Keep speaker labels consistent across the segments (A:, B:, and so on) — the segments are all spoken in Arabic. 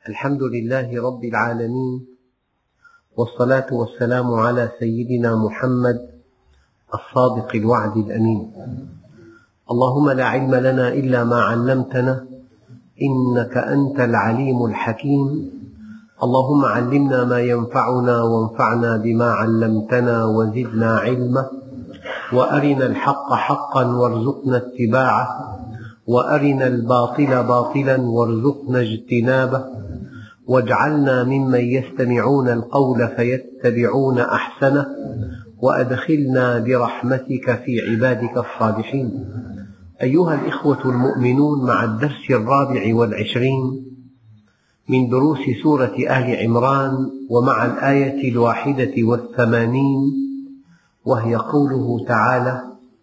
A: الحمد لله رب العالمين، والصلاة والسلام على سيدنا محمد الصادق الوعد الأمين. اللهم لا علم لنا إلا ما علمتنا إنك أنت العليم الحكيم. اللهم علمنا ما ينفعنا وانفعنا بما علمتنا وزدنا علما، وأرنا الحق حقا وارزقنا اتباعه، وأرنا الباطل باطلا وارزقنا اجتنابه، واجعلنا ممن يستمعون القول فيتبعون أحسنه، وأدخلنا برحمتك في عبادك الصالحين. أيها الإخوة المؤمنون، مع الدرس 24 من دروس سورة آل عمران، ومع الآية 81، وهي قوله تعالى: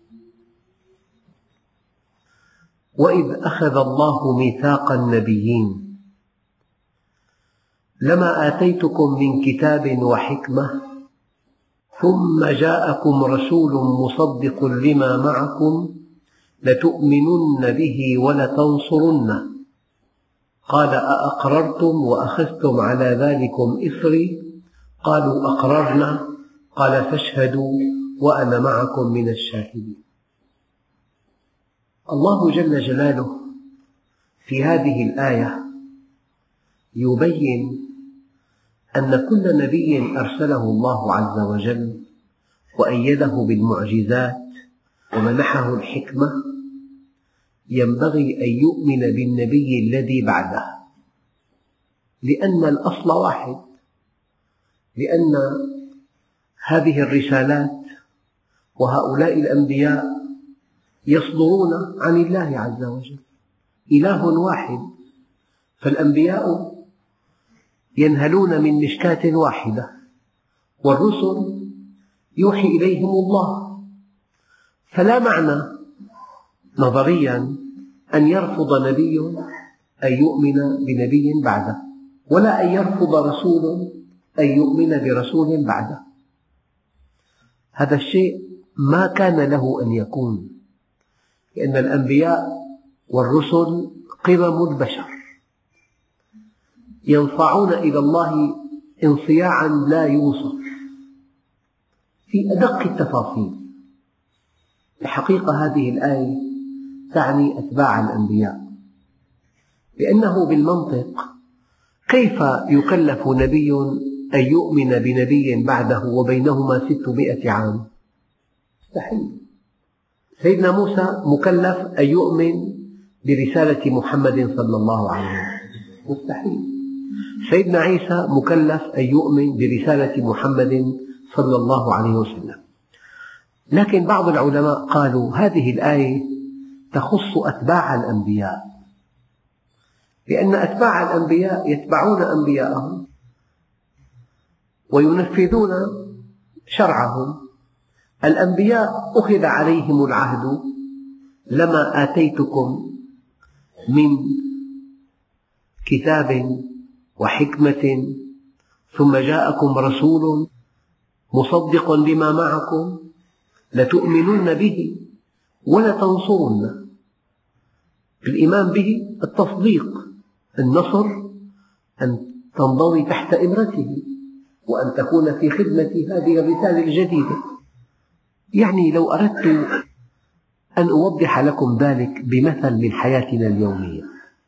A: وإذ أخذ الله ميثاق النبيين لما آتيتكم من كتاب وحكمة ثم جاءكم رسول مصدق لما معكم لتؤمنن به ولتنصرنه قال أأقررتم وأخذتم على ذلكم إصري قالوا أقررنا قال فاشهدوا وأنا معكم من الشاهدين. الله جل جلاله في هذه الآية يبين أن كل نبي أرسله الله عز وجل وأيده بالمعجزات ومنحه الحكمة ينبغي أن يؤمن بالنبي الذي بعده، لأن الأصل واحد، لأن هذه الرسالات وهؤلاء الأنبياء يصدرون عن الله عز وجل، إله واحد، فالأنبياء ينهلون من مشكاة واحدة، والرسل يوحي إليهم الله، فلا معنى نظريا أن يرفض نبي أن يؤمن بنبي بعده، ولا أن يرفض رسول أن يؤمن برسول بعده. هذا الشيء ما كان له أن يكون، لأن الأنبياء والرسل قمم البشر، ينصاعون إلى الله انصياعا لا يوصف في أدق التفاصيل. الحقيقة هذه الآية تعني أتباع الأنبياء، لأنه بالمنطق كيف يكلف نبي أن يؤمن بنبي بعده وبينهما 600 عام؟ مستحيل. سيدنا موسى مكلف أن يؤمن برسالة محمد صلى الله عليه وسلم، مستحيل. سيدنا عيسى مكلف أن يؤمن برسالة محمد صلى الله عليه وسلم. لكن بعض العلماء قالوا هذه الآية تخص أتباع الأنبياء، لأن أتباع الأنبياء يتبعون أنبياءهم وينفذون شرعهم. الأنبياء أخذ عليهم العهد: لما آتيتكم من كتاب وحكمة ثم جاءكم رسول مصدق لما معكم لتؤمنن به ولتنصرنه. الإيمان به التصديق، النصر أن تنضوي تحت إمرته وأن تكون في خدمة هذه الرسالة الجديدة. يعني لو أردت أن أوضح لكم ذلك بمثل من حياتنا اليومية: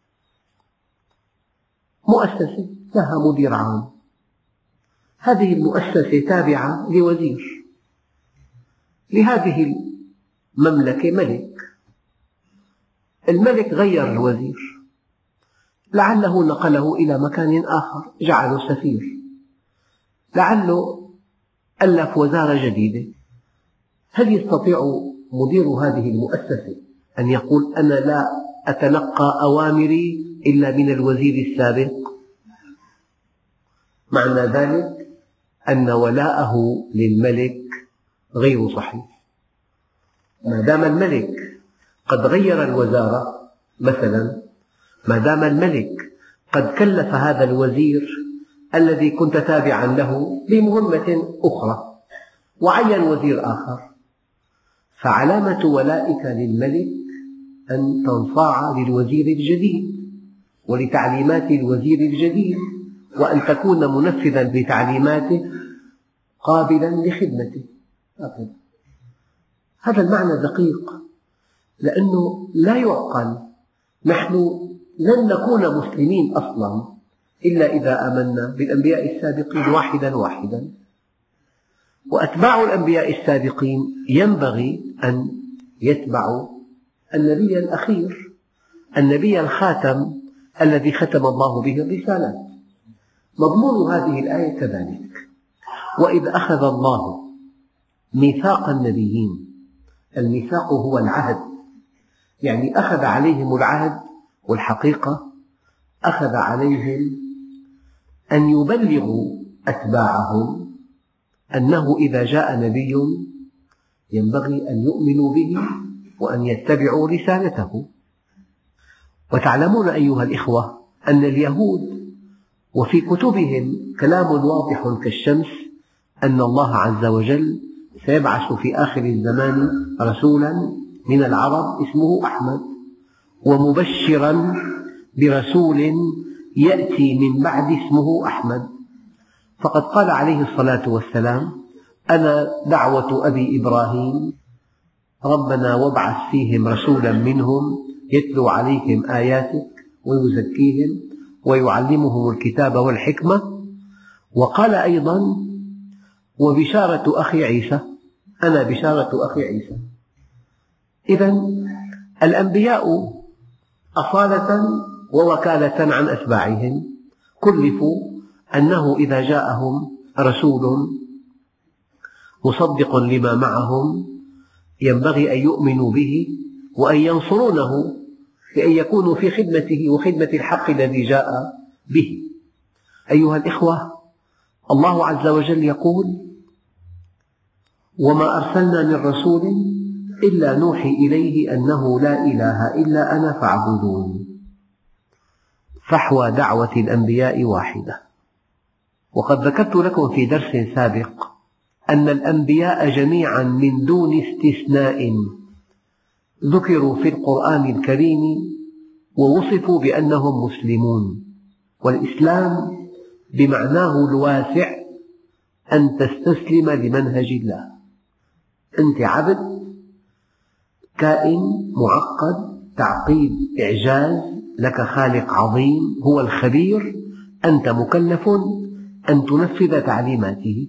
A: مؤسسة لها مدير عام، هذه المؤسسة تابعة لوزير، لهذه المملكة ملك، الملك غير الوزير، لعله نقله إلى مكان آخر، جعله سفير، لعله ألف وزارة جديدة. هل يستطيع مدير هذه المؤسسة أن يقول أنا لا أتلقى أوامري إلا من الوزير السابق؟ معنى ذلك أن ولاءه للملك غير صحيح. ما دام الملك قد غير الوزارة مثلا، ما دام الملك قد كلف هذا الوزير الذي كنت تابعا له بمهمة أخرى وعين وزير آخر، فعلامة ولائك للملك أن تنصاع للوزير الجديد، ولتعليمات الوزير الجديد، وأن تكون منفذا لتعليماته قابلا لخدمته. هذا المعنى دقيق، لأنه لا يعقل. نحن لن نكون مسلمين أصلا إلا إذا آمنا بالأنبياء السابقين واحدا واحدا، وأتباع الأنبياء السابقين ينبغي أن يتبعوا النبي الأخير، النبي الخاتم الذي ختم الله به الرسالات. مضمون هذه الآية كذلك: وإذ أخذ الله ميثاق النبيين. الميثاق هو العهد، يعني أخذ عليهم العهد، والحقيقة أخذ عليهم أن يبلغوا أتباعهم أنه إذا جاء نبي ينبغي أن يؤمنوا به وأن يتبعوا رسالته. وتعلمون أيها الإخوة أن اليهود وفي كتبهم كلام واضح كالشمس أن الله عز وجل سيبعث في آخر الزمان رسولا من العرب اسمه أحمد، ومبشرا برسول يأتي من بعد اسمه أحمد. فقد قال عليه الصلاة والسلام: أنا دعوة أبي إبراهيم، ربنا وابعث فيهم رسولا منهم يتلو عليهم آياتك ويزكيهم ويعلمهم الكتاب والحكمة. وقال أيضا: وبشارة أخي عيسى، أنا بشارة أخي عيسى. إذن الأنبياء أصالة ووكالة عن أتباعهم كلفوا أنه إذا جاءهم رسول مصدق لما معهم ينبغي أن يؤمنوا به وأن ينصرونه، بأن يكونوا في خدمته وخدمة الحق الذي جاء به. أيها الإخوة، الله عز وجل يقول: وما أرسلنا من رسول إلا نوحي إليه أنه لا إله إلا أنا فاعبدون. فحوى دعوة الأنبياء واحدة. وقد ذكرت لكم في درس سابق أن الأنبياء جميعا من دون استثناء ذكروا في القرآن الكريم ووصفوا بأنهم مسلمون. والإسلام بمعناه الواسع أن تستسلم لمنهج الله. أنت عبد، كائن معقد، تعقيد، إعجاز، لك خالق عظيم هو الخبير، أنت مكلف أن تنفذ تعليماته.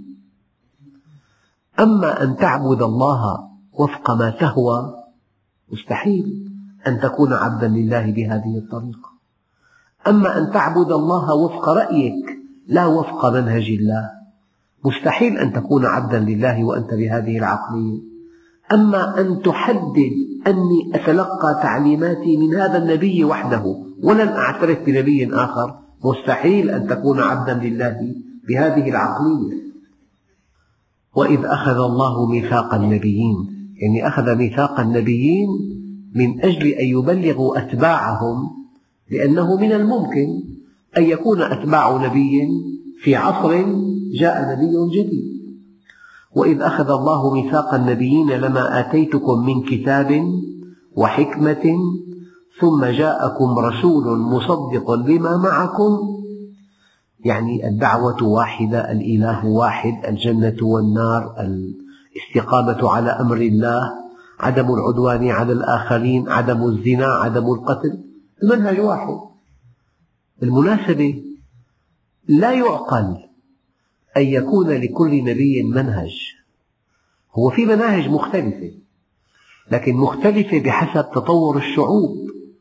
A: أما أن تعبد الله وفق ما تهوى مستحيل أن تكون عبدا لله بهذه الطريقة. أما أن تعبد الله وفق رأيك لا وفق منهج الله مستحيل أن تكون عبدا لله وأنت بهذه العقلية. أما أن تحدد أني أتلقى تعليماتي من هذا النبي وحده ولن أعترف بنبي آخر مستحيل أن تكون عبدا لله بهذه العقلية. وإذ أخذ الله ميثاق النبيين، يعني أخذ ميثاق النبيين من أجل أن يبلغوا أتباعهم، لأنه من الممكن أن يكون أتباع نبي في عصر جاء نبي جديد. وإذ أخذ الله ميثاق النبيين لما آتيتكم من كتاب وحكمة ثم جاءكم رسول مصدق لما معكم، يعني الدعوة واحدة، الإله واحد، الجنة والنار، الاستقامة على أمر الله، عدم العدوان على الآخرين، عدم الزنا، عدم القتل، المنهج واحد. بالمناسبة لا يعقل أن يكون لكل نبي منهج. هو في مناهج مختلفة، لكن مختلفة بحسب تطور الشعوب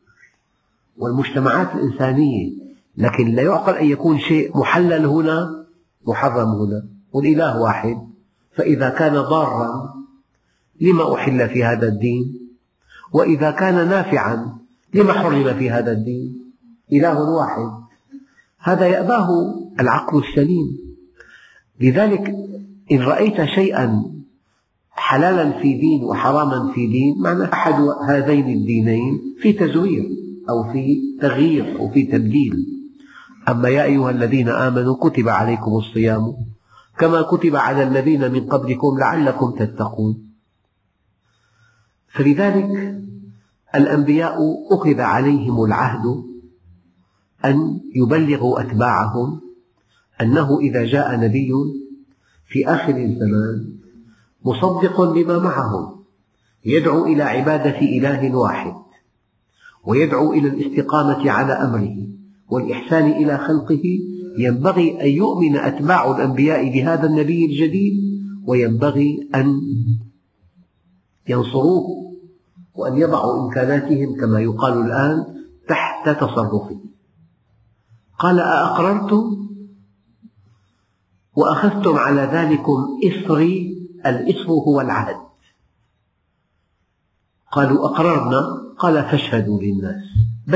A: والمجتمعات الإنسانية، لكن لا يعقل أن يكون شيء محلل هنا محرم هنا، والإله واحد. فإذا كان ضارا لما أحل في هذا الدين؟ وإذا كان نافعا لما حرم في هذا الدين؟ إله واحد، هذا يأباه العقل السليم. لذلك إن رأيت شيئا حلالا في دين وحراما في دين، معنى أحد هذين الدينين في تزوير أو في تغيير أو في تبديل. أما يا أيها الذين آمنوا كتب عليكم الصيام كما كتب على الذين من قبلكم لعلكم تتقون. فلذلك الأنبياء أخذ عليهم العهد أن يبلغوا أتباعهم أنه إذا جاء نبي في آخر الزمان مصدق لما معهم يدعو إلى عبادة إله واحد ويدعو إلى الاستقامة على أمره والإحسان إلى خلقه، ينبغي أن يؤمن أتباع الأنبياء بهذا النبي الجديد، وينبغي أن ينصروه وأن يضعوا إمكاناتهم كما يقال الآن تحت تصرفه. قال: أأقررتم وأخذتم على ذلكم إصري؟ الإصر هو العهد. قالوا: أقررنا. قال: فاشهدوا للناس،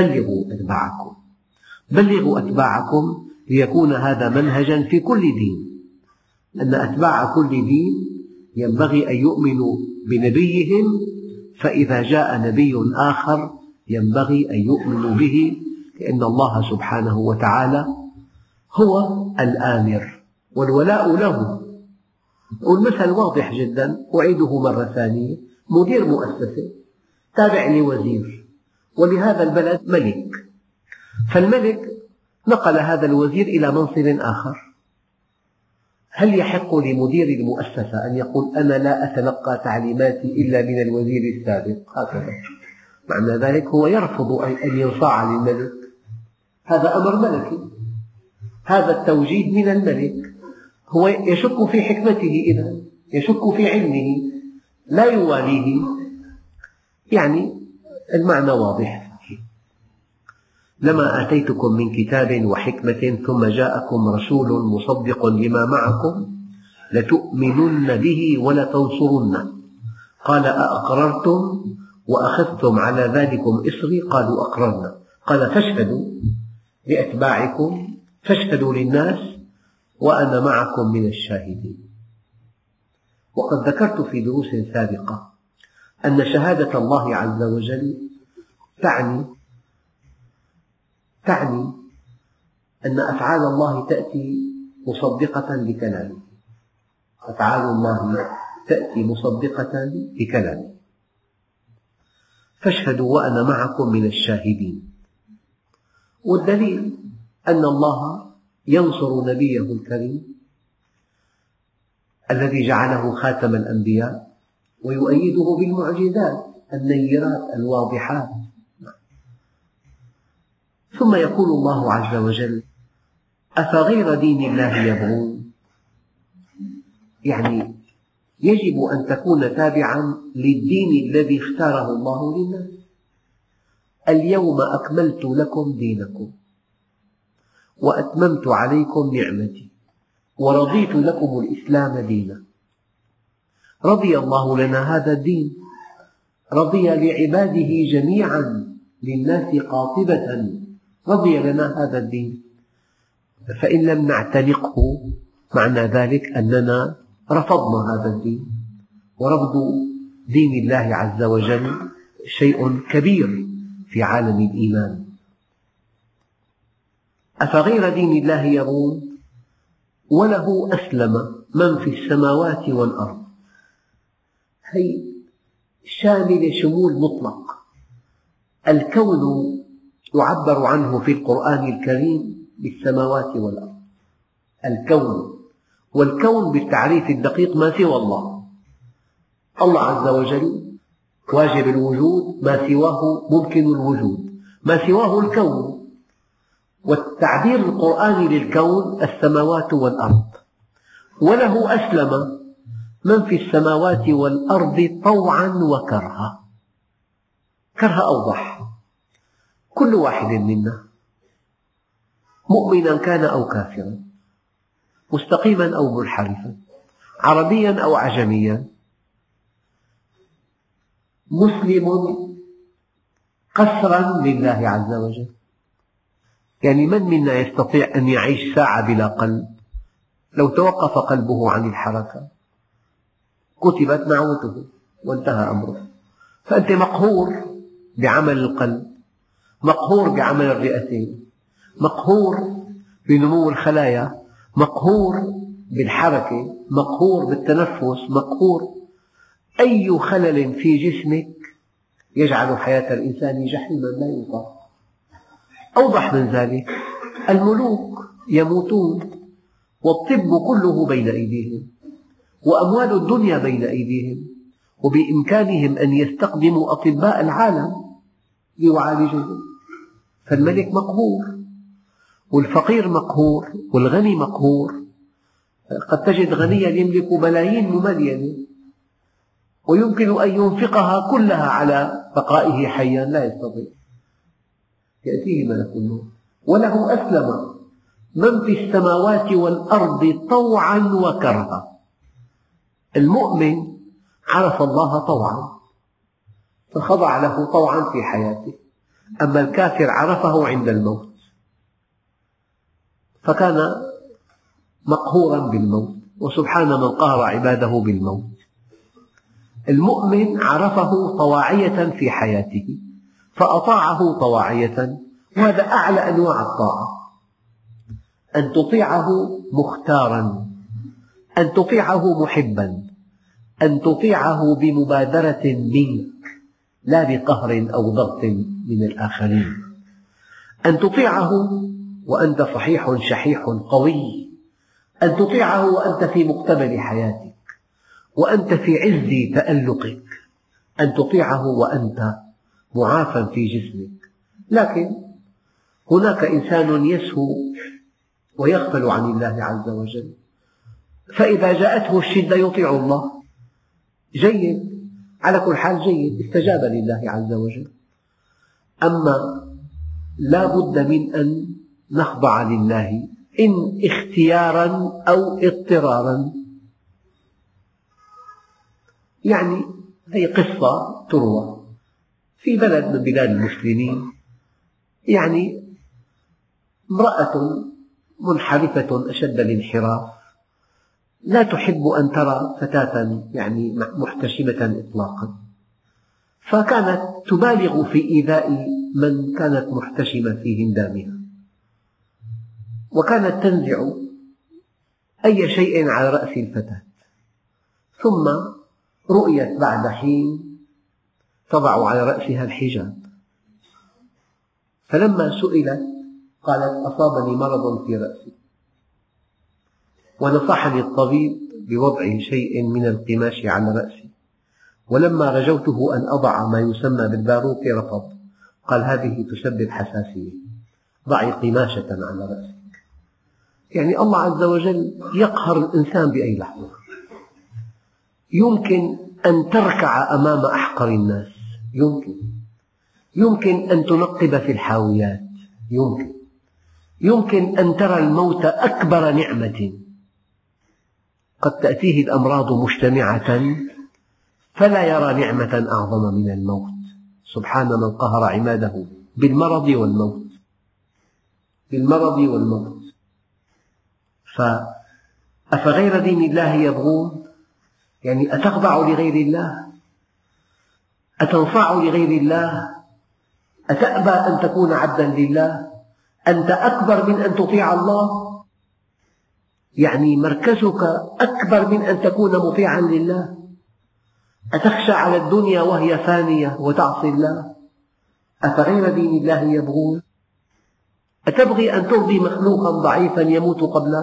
A: بلغوا أتباعكم ليكون هذا منهجا في كل دين، أن أتباع كل دين ينبغي أن يؤمنوا بنبيهم، فإذا جاء نبي آخر ينبغي أن يؤمنوا به، لأن الله سبحانه وتعالى هو الآمر والولاء له. والمثل واضح جدا، أعيده مرة ثانية: مدير مؤسسة تابع لوزير، ولهذا البلد ملك، فالملك نقل هذا الوزير إلى منصب آخر. هل يحق لمدير المؤسسة أن يقول: أنا لا أتلقى تعليماتي إلا من الوزير السابق؟ هكذا معنى ذلك هو يرفض أن ينصاع للملك، هذا أمر ملكي، هذا التوجيه من الملك، هو يشك في حكمته، إذن يشك في علمه، لا يواليه. يعني المعنى واضح: لما آتيتكم من كتاب وحكمة ثم جاءكم رسول مصدق لما معكم لتؤمنن به ولتنصرنه. قال: أأقررتم وأخذتم على ذلكم إصري؟ قالوا: أقررنا. قال: فاشهدوا لأتباعكم، فاشهدوا للناس وأنا معكم من الشاهدين. وقد ذكرت في دروس سابقة أن شهادة الله عز وجل تعني أن أفعال الله تأتي مصدقة لكلامه، أفعال الله تأتي مصدقة لكلامه. فاشهدوا وأنا معكم من الشاهدين. والدليل أن الله ينصر نبيه الكريم الذي جعله خاتم الأنبياء ويؤيده بالمعجزات النيرات الواضحات. ثم يقول الله عز وجل: أفغير دين الله يبغون؟ يعني يجب أن تكون تابعا للدين الذي اختاره الله للناس. اليوم أكملت لكم دينكم وأتممت عليكم نعمتي ورضيت لكم الإسلام دينا. رضي الله لنا هذا الدين، رضي لعباده جميعا للناس قاطبة، رضي لنا هذا الدين. فإن لم نعتنقه معنى ذلك أننا رفضنا هذا الدين، ورفض دين الله عز وجل شيء كبير في عالم الإيمان. أفغير دين الله يبغون وله أسلم من في السماوات والأرض. هي شاملة شمول مطلق. الكون يعبر عنه في القرآن الكريم بالسماوات والأرض، الكون، والكون بالتعريف الدقيق ما سوى الله. الله عز وجل واجب الوجود، ما سواه ممكن الوجود، ما سواه الكون. والتعبير القرآني للكون السماوات والأرض. وله أسلم من في السماوات والأرض طوعا وكرها. كرها أوضح، كل واحد منا مؤمنا كان أو كافرا، مستقيما أو منحرفا، عربيا أو عجميا، مسلم قسرا لله عز وجل. يعني من منا يستطيع أن يعيش ساعة بلا قلب؟ لو توقف قلبه عن الحركة كتبت نعوته وانتهى أمره. فأنت مقهور بعمل القلب، مقهور بعمل الرئتين، مقهور بنمو الخلايا، مقهور بالحركة، مقهور بالتنفس، مقهور. أي خلل في جسمك يجعل حياة الإنسان جحيما لا يطاق. أوضح من ذلك، الملوك يموتون والطب كله بين أيديهم، وأموال الدنيا بين أيديهم، وبإمكانهم أن يستخدموا أطباء العالم ليعالجهم، فالملك مقهور والفقير مقهور والغني مقهور. قد تجد غنيا يملك ملايين مملينة ويمكن أن ينفقها كلها على بقائه حيا، لا يستطيع، يأتيه ملك الموت وله أسلم من في السماوات والأرض طوعا وكرها. المؤمن عرف الله طوعا فخضع له طوعا في حياته، أما الكافر عرفه عند الموت فكان مقهورا بالموت، وسبحان من قهر عباده بالموت. المؤمن عرفه طواعية في حياته فأطاعه طواعية، وهذا أعلى أنواع الطاعة، أن تطيعه مختارا، أن تطيعه محبا، أن تطيعه بمبادرة منك لا بقهر أو ضغط من الآخرين، أن تطيعه وأنت صحيح شحيح قوي، أن تطيعه وأنت في مقتبل حياتك وأنت في عز تألقك، أن تطيعه وأنت معافى في جسمك. لكن هناك إنسان يسهو ويغفل عن الله عز وجل، فإذا جاءته الشدة يطيع الله، جيد، على كل حال جيد، استجاب لله عز وجل. أما لا بد من أن نخضع لله إن اختيارا أو اضطرارا. يعني هي قصة تروى في بلد من بلاد المسلمين، يعني امرأة منحرفة أشد الانحراف لا تحب أن ترى فتاة يعني محتشمة إطلاقا، فكانت تبالغ في إيذاء من كانت محتشمة في هندامها، وكانت تنزع أي شيء على رأس الفتاة، ثم رؤيت بعد حين تضع على رأسها الحجاب، فلما سئلت قالت أصابني مرض في رأسي ونصحني الطبيب بوضع شيء من القماش على رأسي، ولما رجوته أن أضع ما يسمى بالباروكة رفض، قال هذه تسبب حساسية، ضعي قماشة على رأسك. يعني الله عز وجل يقهر الإنسان بأي لحظة. يمكن أن تركع أمام أحقر الناس، يمكن أن تنقب في الحاويات، يمكن أن ترى الموت أكبر نعمة. قد تأتيه الأمراض مجتمعة فلا يرى نعمة أعظم من الموت، سبحان من قهر عباده بالمرض والموت. فأفغير دين الله يبغون، يعني أتخضع لغير الله؟ أتنصاع لغير الله؟ أتأبى أن تكون عبدا لله؟ أنت أكبر من أن تطيع الله؟ يعني مركزك أكبر من أن تكون مطيعا لله؟ أتخشى على الدنيا وهي فانية وتعصي الله؟ أفغير دين الله يبغون؟ أتبغي أن ترضي مخلوقا ضعيفا يموت قبلك؟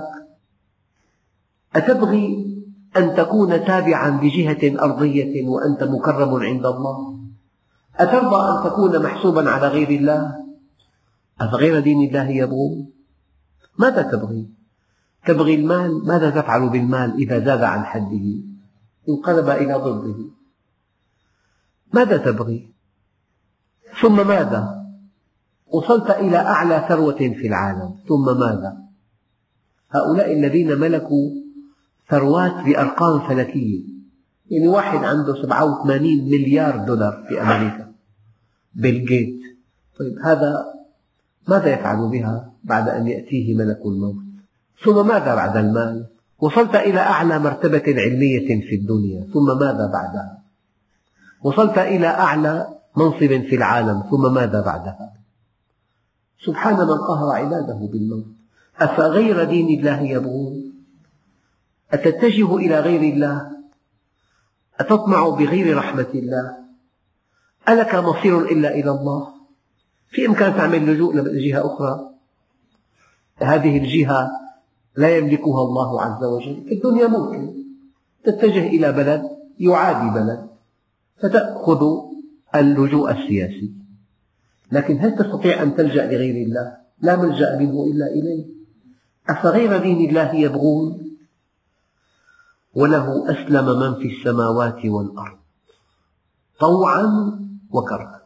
A: أتبغي أن تكون تابعا لجهة أرضية وأنت مكرم عند الله؟ أترضى أن تكون محسوبا على غير الله؟ أفغير دين الله يبغون؟ ماذا تبغي؟ تبغي المال، ماذا تفعل بالمال إذا زاد عن حده انقلب إلى ضده؟ ماذا تبغي؟ ثم ماذا؟ وصلت إلى أعلى ثروة في العالم، ثم ماذا؟ هؤلاء الذين ملكوا ثروات بأرقام فلكية، يعني واحد عنده 87 مليار دولار في أمريكا، بيل جيت، طيب هذا ماذا يفعل بها بعد أن يأتيه ملك الموت؟ ثم ماذا بعد المال؟ وصلت إلى أعلى مرتبة علمية في الدنيا، ثم ماذا بعدها؟ وصلت إلى أعلى منصب في العالم، ثم ماذا بعدها؟ سبحان من قهر عباده بالموت. أفغير دين الله يبغون؟ أتتجه إلى غير الله؟ أتطمع بغير رحمة الله؟ ألك مصير إلا إلى الله؟ في إمكان تعمل لجوء لجهة أخرى، هذه الجهة لا يملكها الله عز وجل. في الدنيا ممكن تتجه إلى بلد يعادي بلد فتأخذ اللجوء السياسي، لكن هل تستطيع أن تلجأ لغير الله؟ لا ملجأ منه إلا إليه. أفغير دين الله يبغون وله أسلم من في السماوات والأرض طوعا وكرها.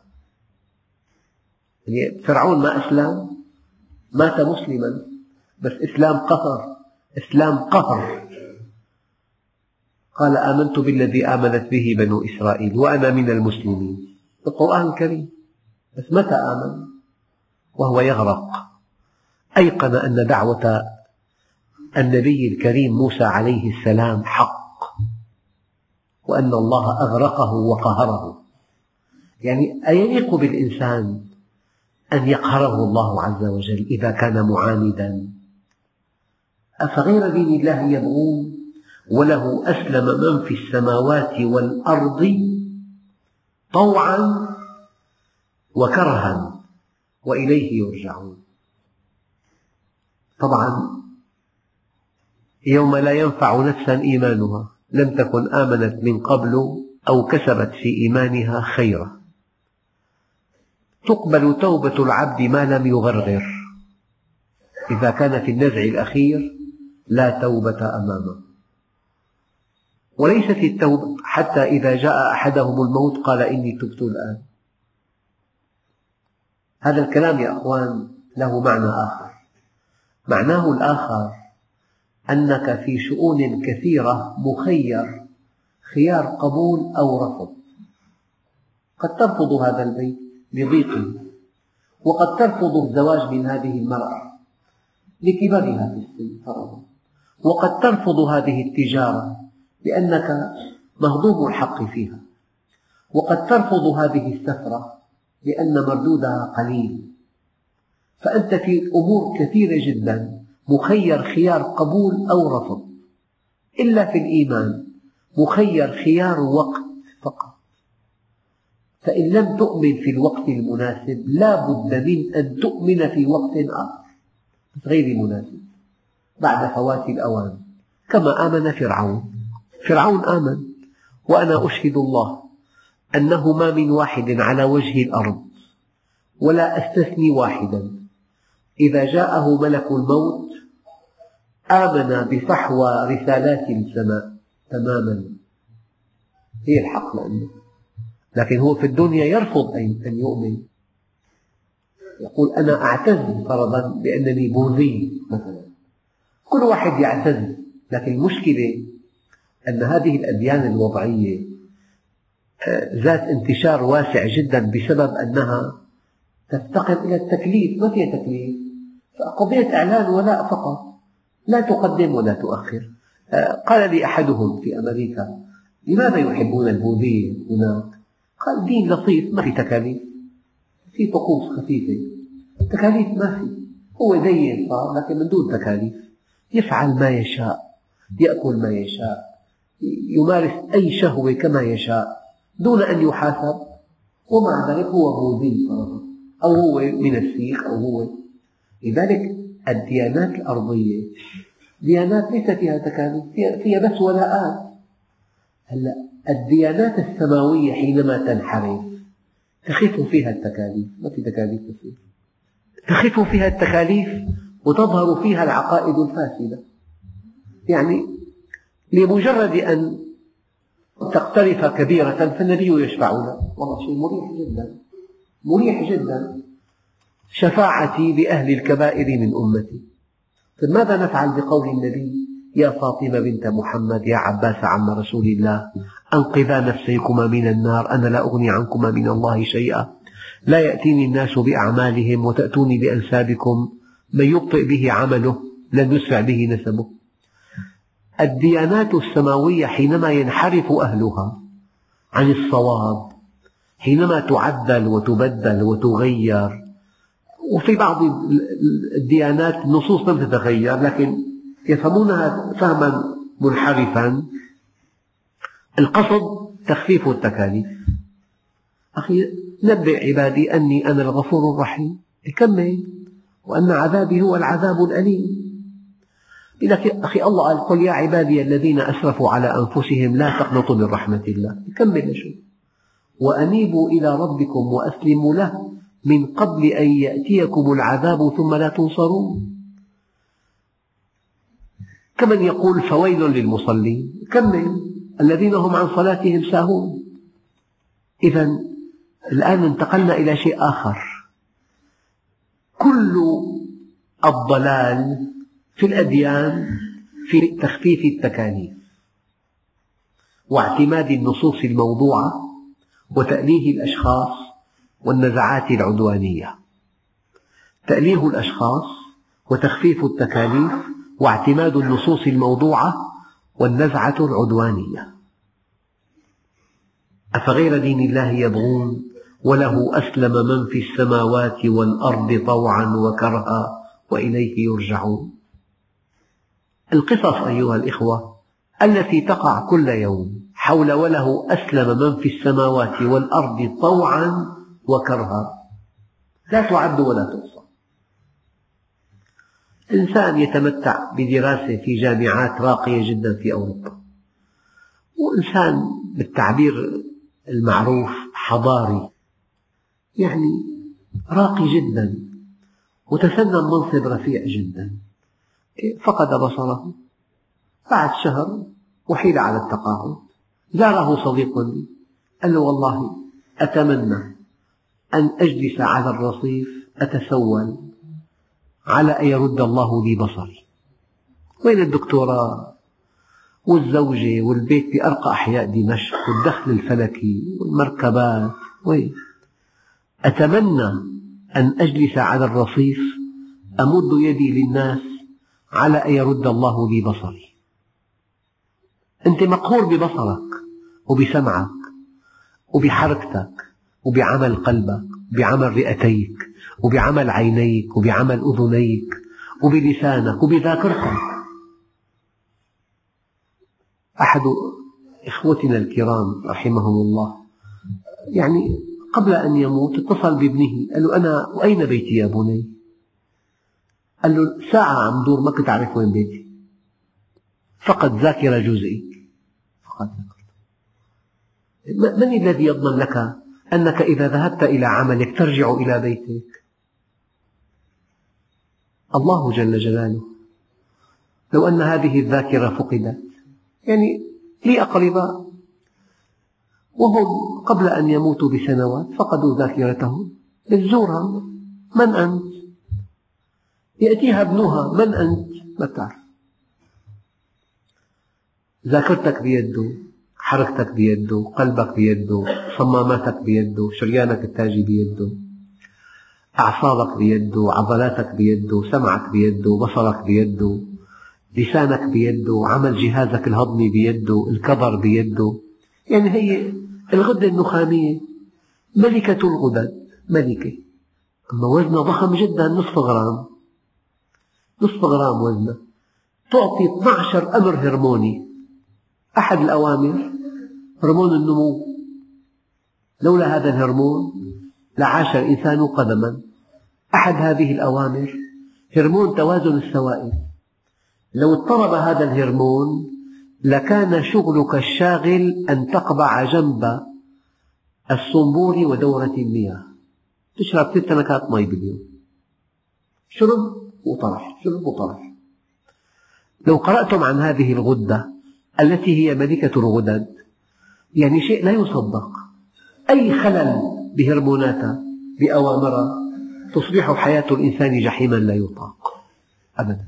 A: يعني فرعون ما أسلم، مات مسلما، بس إسلام قهر، إسلام قهر. قال آمنت بالذي آمنت به بنو إسرائيل وأنا من المسلمين، القرآن الكريم. بس متى آمن؟ وهو يغرق. أيقن أن دعوة النبي الكريم موسى عليه السلام حق، وأن الله أغرقه وقهره. يعني أيليق بالإنسان أن يقهره الله عز وجل إذا كان معاندا؟ أفغير دين الله يبغون وله أسلم من في السماوات والأرض طوعا وكرها وإليه يرجعون. طبعا يوم لا ينفع نفسا إيمانها لم تكن آمنت من قبل أو كسبت في إيمانها خيرا. تقبل توبة العبد ما لم يغرغر، إذا كان في النزع الأخير لا توبة أمامه. وليست التوبة حتى إذا جاء أحدهم الموت قال إني تبت الآن. هذا الكلام يا أخوان له معنى آخر. معناه الآخر أنك في شؤون كثيرة مخير، خيار قبول أو رفض. قد ترفض هذا البيت لضيقه، وقد ترفض الزواج من هذه المرأة لكبرها في السن فرضا، وقد ترفض هذه التجارة لأنك مهضوم الحق فيها، وقد ترفض هذه السفرة لأن مردودها قليل. فأنت في أمور كثيرة جدا مخير خيار قبول أو رفض، إلا في الإيمان مخير خيار وقت فقط. فإن لم تؤمن في الوقت المناسب لا بد من أن تؤمن في وقت آخر غير مناسب بعد فوات الأوان، كما آمن فرعون. فرعون آمن، وأنا أشهد الله أنه ما من واحد على وجه الأرض، ولا أستثني واحدا، إذا جاءه ملك الموت آمن بفحوى رسالات السماء تماما. هي الحق لأنه، لكن هو في الدنيا يرفض أن يؤمن. يقول أنا أعتز فرضا بأنني بوذي مثلا. كل واحد يعتز، لكن المشكلة أن هذه الأديان الوضعية ذات انتشار واسع جدا بسبب أنها تفتقر إلى التكليف، ما فيها تكليف. فقضية إعلان ولاء فقط، لا تقدم ولا تؤخر. قال لي أحدهم في أمريكا لماذا يحبون البوذية هناك؟ قال دين لطيف ما في تكاليف، في طقوس خفيفة، تكاليف ما في. هو دين صار لكن من دون تكاليف، يفعل ما يشاء، يأكل ما يشاء، يمارس أي شهوة كما يشاء دون أن يحاسب، ومع ذلك هو بوذي فرضا، أو هو من السيخ، أو هو. لذلك الديانات الأرضية ديانات ليس فيها تكاليف، فيها بس ولاءات. هلا الديانات السماوية حينما تنحرف تخف فيها التكاليف، ما في تكاليف كثير، تخف فيها التكاليف وتظهر فيها العقائد الفاسدة. يعني لمجرد أن تقترف كبيرة فالنبي يشفع لك، والله شيء مريح جدا، مريح جدا. شفاعتي لأهل الكبائر من أمتي. فماذا نفعل بقول النبي يا فاطمة بنت محمد يا عباس عم رسول الله أنقذا نفسيكما من النار، أنا لا أغني عنكما من الله شيئا، لا يأتيني الناس بأعمالهم وتأتوني بأنسابكم، من يبطئ به عمله لن يسرع به نسبه. الديانات السماوية حينما ينحرف أهلها عن الصواب، حينما تعدل وتبدل وتغير، وفي بعض الديانات النصوص لم تتغير لكن يفهمونها فهما منحرفا، القصد تخفيف التكاليف. أخي نبئ عبادي أني أنا الغفور الرحيم، يكمل وأن عذابي هو العذاب الأليم. لك أخي الله قال قل يا عبادي الذين أسرفوا على أنفسهم لا تقنطوا من رحمة الله، يكمل شو وأنيبوا إلى ربكم وأسلموا له من قبل أن يأتيكم العذاب ثم لا تنصرون. كمن يقول فويل للمصلين، كمل الذين هم عن صلاتهم ساهون. إذا الآن انتقلنا إلى شيء آخر، كل الضلال في الأديان في تخفيف التكاليف واعتماد النصوص الموضوعة وتأليه الأشخاص والنزعات العدوانية. تأليه الأشخاص وتخفيف التكاليف واعتماد النصوص الموضوعة والنزعة العدوانية. أفغير دين الله يبغون وله أسلم من في السماوات والأرض طوعا وكرها وإليه يرجعون. القصص أيها الإخوة التي تقع كل يوم حول وله أسلم من في السماوات والأرض طوعا وكرها لا تعد ولا تحصى. إنسان يتمتع بدراسة في جامعات راقية جدا في أوروبا، وإنسان بالتعبير المعروف حضاري، يعني راقي جدا وتسنم منصب رفيع جدا، فقد بصره بعد شهر وحيل على التقاعد. زاره صديق لي قال له والله أتمنى أن أجلس على الرصيف أتسول على أن يرد الله لي بصري. وين الدكتوراه والزوجة والبيت بأرقى أحياء دمشق والدخل الفلكي والمركبات، وين؟ أتمنى أن أجلس على الرصيف أمد يدي للناس على أن يرد الله لي بصري. أنت مقهور ببصرك وبسمعك وبحركتك وبعمل قلبك وبعمل رئتيك وبعمل عينيك وبعمل أذنيك وبلسانك وبذاكرتك. أحد إخوتنا الكرام رحمهم الله يعني قبل أن يموت اتصل بابنه قال له أنا وأين بيتي يا بني؟ قال له ساعة عم دور ما كنت أعرف وين بيتي، فقد ذاكرة جزئي. من الذي يضمن لك أنك إذا ذهبت إلى عملك ترجع إلى بيتك؟ الله جل جلاله. لو أن هذه الذاكرة فقدت، يعني لي أقرباء وهم قبل أن يموتوا بسنوات فقدوا ذاكرتهم، تزورها من أنت؟ يأتيها ابنها من أنت؟ ما تعرف. ذاكرتك بيده، حركتك بيده، قلبك بيده، صماماتك بيده، شريانك التاجي بيده، أعصابك بيده، عضلاتك بيده، سمعك بيده، بصرك بيده، لسانك بيده، عمل جهازك الهضمي بيده، الكظر بيده. يعني هي الغدة النخامية ملكة الغدد، ملكة، أما وزنها ضخم جدا، نصف غرام وزنها، تعطي 12 أمر هرموني. أحد الأوامر هرمون النمو، لولا هذا الهرمون لعاش الإنسان قدما. أحد هذه الأوامر هرمون توازن السوائل، لو اضطرب هذا الهرمون لكان شغلك الشاغل أن تقبع جنب الصنبور ودورة المياه، تشرب 6 تنكات ماء باليوم، شرب وطرح، شرب وطرح. لو قرأتم عن هذه الغدة التي هي ملكة الغدد، يعني شيء لا يصدق. أي خلل بهرموناتها بأوامرها تصبح حياة الإنسان جحيما لا يطاق أبدا.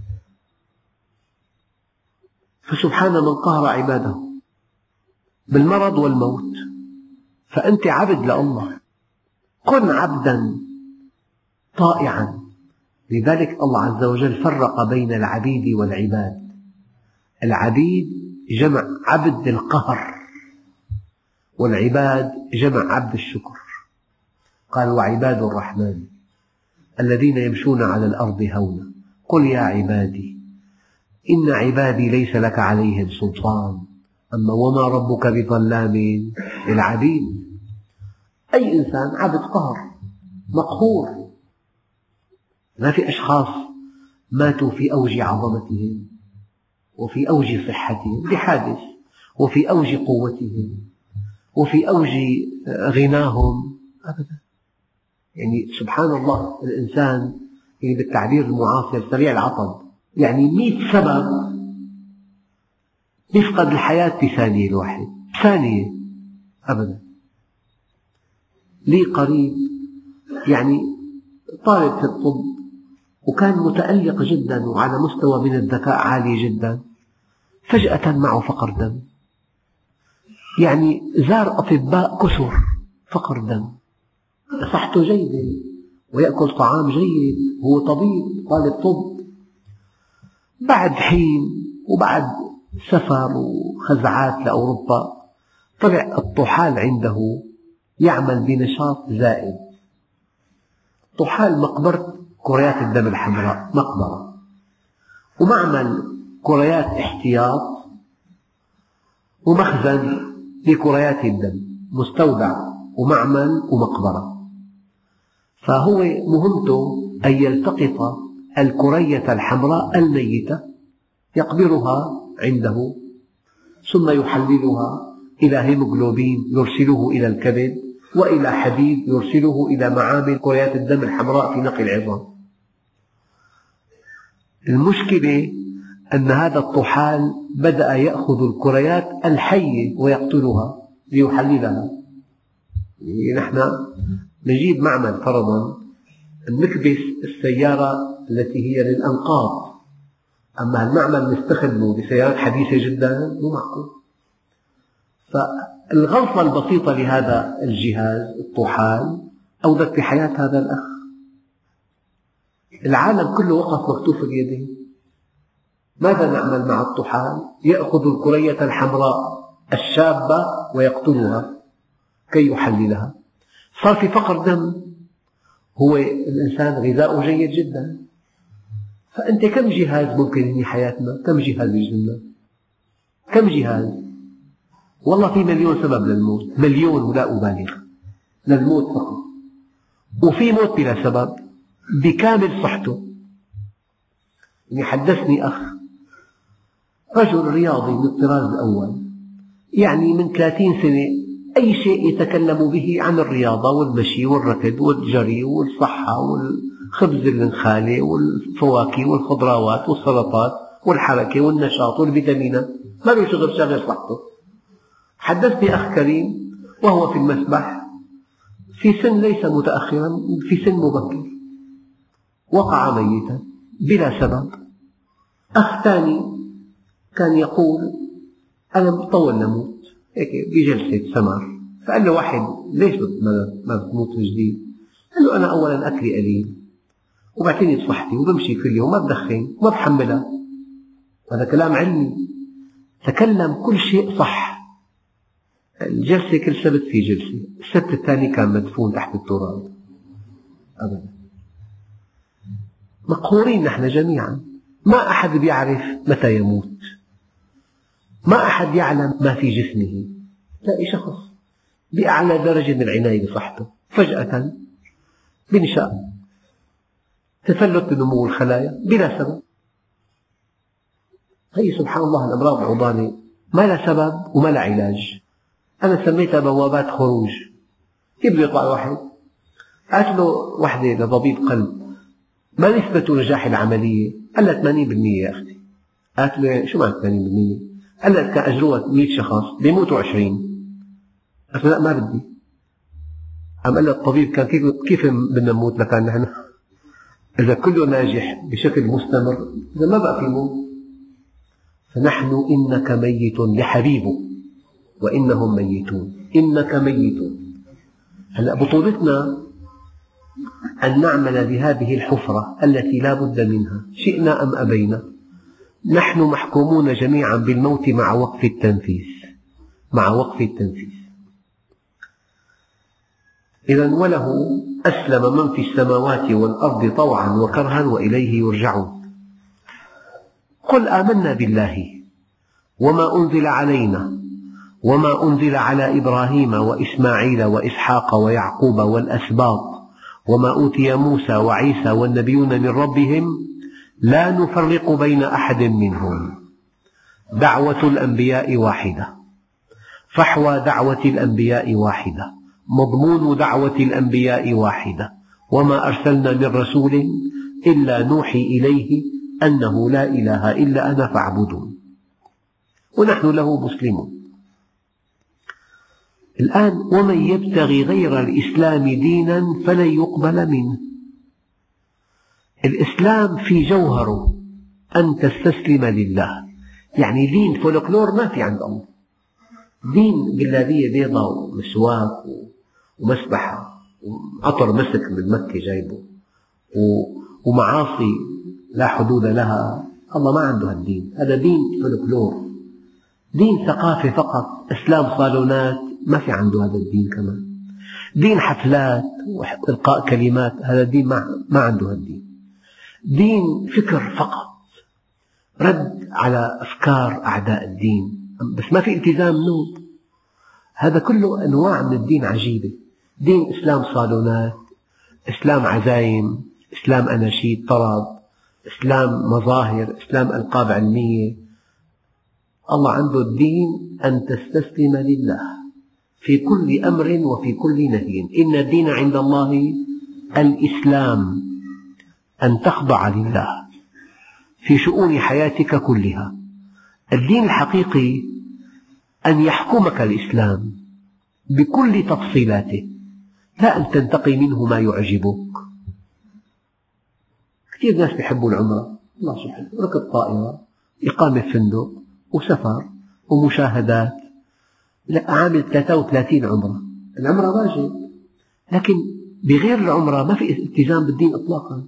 A: فسبحان من قهر عباده بالمرض والموت. فأنت عبد لله، كن عبدا طائعا. لذلك الله عز وجل فرق بين العبيد والعباد. العبيد جمع عبد القهر، والعباد جمع عبد الشكر. قال وعباد الرحمن الذين يمشون على الأرض هونا قل يا عبادي إن عبادي ليس لك عليهم سلطان أما وما ربك بظلام للعبيد. أي إنسان عبد قهر مقهور. ما في أشخاص ماتوا في أوج عظمتهم وفي أوج صحتهم بحادث، وفي أوج قوتهم وفي أوج غناهم أبدا. يعني سبحان الله، الإنسان يعني بالتعبير المعاصر سريع العطب، يعني 100 سبب يفقد الحياة بثانية الواحد، ثانية أبدا. لي قريب يعني طالب في الطب، وكان متألق جدا وعلى مستوى من الذكاء عالي جدا، فجأة معه فقر دم، يعني زار أطباء كثر، فقر دم، صحته جيدة ويأكل طعام جيد، هو طبيب طالب طب. بعد حين وبعد سفر وخزعات لأوروبا طلع الطحال عنده يعمل بنشاط زائد. طحال مقبرة كريات الدم الحمراء، مقبرة ومعمل كريات احتياط ومخزن لكريات الدم، مستودع ومعمل ومقبرة. فهو مهمته أن يلتقط الكرية الحمراء الميتة يقبرها عنده، ثم يحللها إلى هيموغلوبين يرسله إلى الكبد، وإلى حديد يرسله إلى معامل كريات الدم الحمراء في نقل العظام. المشكلة أن هذا الطحال بدأ يأخذ الكريات الحية ويقتلها ليحللها. يعني نحن نجيب معمل فرضا نكبس السيارة التي هي للأنقاض، أما المعمل نستخدمه بسيارات حديثة جدا مو معقول. فالغلطة البسيطة لهذا الجهاز الطحال أودت بحياة هذا الأخ. العالم كله وقف مكتوف اليدين. ماذا نعمل مع الطحال؟ يأخذ الكرية الحمراء الشابة ويقتلها كي يحللها. صار في فقر دم. هو الإنسان غذاؤه جيد جدا، فأنت كم جهاز ممكن ينهي حياتنا؟ كم جهاز يجننا؟ كم جهاز؟ والله في مليون سبب للموت، مليون ولا أبالغ، للموت فقط. وفي موت بلا سبب بكامل صحته. يعني حدثني أخ رجل رياضي من الطراز الأول، يعني من 30 سنة أي شيء يتكلم به عن الرياضة والمشي والركض والجري والصحة والخبز النخالي والفواكه والخضروات والسلطات والحركة والنشاط والفيتامينات، ما له شغل صحته. حدثني أخ كريم وهو في المسبح في سن ليس متأخرا، في سن مبكر، وقع ميتا بلا سبب. أخ ثاني كان يقول أنا مطول لموت، هيك بجلسة سمر، فقال له واحد ليش ما بتموت من جديد؟ قال له أنا أولا أكلي قليل وبعتني بصحتي وبمشي كل يوم، ما بدخن وما بحملها. هذا كلام علمي، تكلم كل شيء صح. الجلسة كل سبت في جلسة، السبت الثاني كان مدفون تحت التراب أبدا. مقهورين نحن جميعا، ما أحد بيعرف متى يموت، ما أحد يعلم ما في جسمه. تلاقي شخص بأعلى درجة من العناية بصحته فجأة بنشأ تفلت بنمو الخلايا بلا سبب. هي سبحان الله الأمراض العضالة ما لها سبب وما لها علاج. أنا سميتها بوابات خروج. كيف بده يطلع واحد؟ قالت له وحدة لطبيب قلب ما نسبة نجاح العملية؟ قال لها 80% يا أختي. قالت له شو معنى 80%؟ قال لها كان أجروها 100 شخص بيموتوا 20. قالت له لا ما بدي. قام قال لها الطبيب كان كيف بدنا نموت لكان نحن إذا كله ناجح بشكل مستمر إذا ما بقى في موت. فنحن إنك ميت لحبيبه وإنهم ميتون، إنك ميت. هلأ بطولتنا أن نعمل بهذه الحفرة التي لا بد منها شئنا أم أبينا. نحن محكومون جميعا بالموت مع وقف التنفيس، مع وقف التنفيس. إذن وله أسلم من في السماوات والأرض طوعا وكرها وإليه يرجعون. قل آمنا بالله وما أنزل علينا وما أنزل على إبراهيم وإسماعيل وإسحاق ويعقوب والأسباط وما أوتي موسى وعيسى والنبيون من ربهم لا نفرق بين أحد منهم. دعوة الأنبياء واحدة، فحوى دعوة الأنبياء واحدة، مضمون دعوة الأنبياء واحدة، وما أرسلنا من رسول إلا نوحي إليه أنه لا إله إلا أنا فاعبدون، ونحن له مسلمون. الآن ومن يبتغي غير الإسلام دينا فلن يقبل منه. الإسلام في جوهره أن تستسلم لله، يعني دين فولكلور ما في عند الله. دين جلابية بيضاء ومسواك ومسبحة وعطر مسك من مكة جايبه ومعاصي لا حدود لها، الله ما عنده هالدين. هذا دين فولكلور، دين ثقافة فقط، إسلام صالونات ما في عنده هذا الدين. كمان دين حفلات وإلقاء كلمات، هذا الدين ما عنده هالدين. دين فكر فقط، رد على أفكار أعداء الدين، بس ما في التزام نوب. هذا كله أنواع من الدين عجيبة. دين إسلام صالونات، إسلام عزايم، إسلام أناشيد طرب، إسلام مظاهر، إسلام ألقاب علمية. الله عنده الدين أن تستسلم لله في كل أمر وفي كل نهي. إن الدين عند الله الإسلام، أن تخضع لله في شؤون حياتك كلها. الدين الحقيقي أن يحكمك الإسلام بكل تفصيلاته، لا أن تنتقي منه ما يعجبك. كثير ناس يحبوا العمرة، الله سبحانه، ركب طائرة، إقامة في فندق، وسفر ومشاهدات. لا، عامل 33 عمرة. العمرة واجب، لكن بغير العمرة ما في التزام بالدين إطلاقا.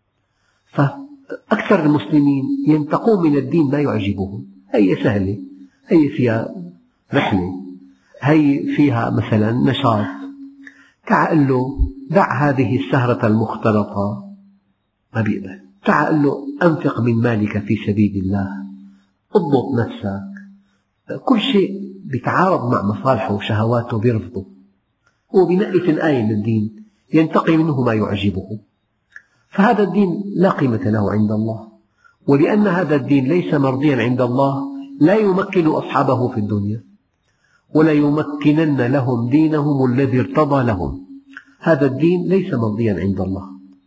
A: فأكثر المسلمين ينتقون من الدين ما يعجبهم. هي سهلة، هي فيها رحلة، هي فيها مثلا نشاط. تعال له دع هذه السهرة المختلطة، ما بيقبل. تعال له أنفق من مالك في سبيل الله، اضبط نفسك. كل شيء بيتعارض مع مصالحه وشهواته بيرفضه. هو بنقي آية من الدين ينتقي منه ما يعجبه. فهذا الدين لا قيمة له عند الله، ولأن هذا الدين ليس مرضيا عند الله لا يمكن أصحابه في الدنيا، ولا يمكنن لهم دينهم الذي ارتضى لهم. هذا الدين ليس مرضيا عند الله،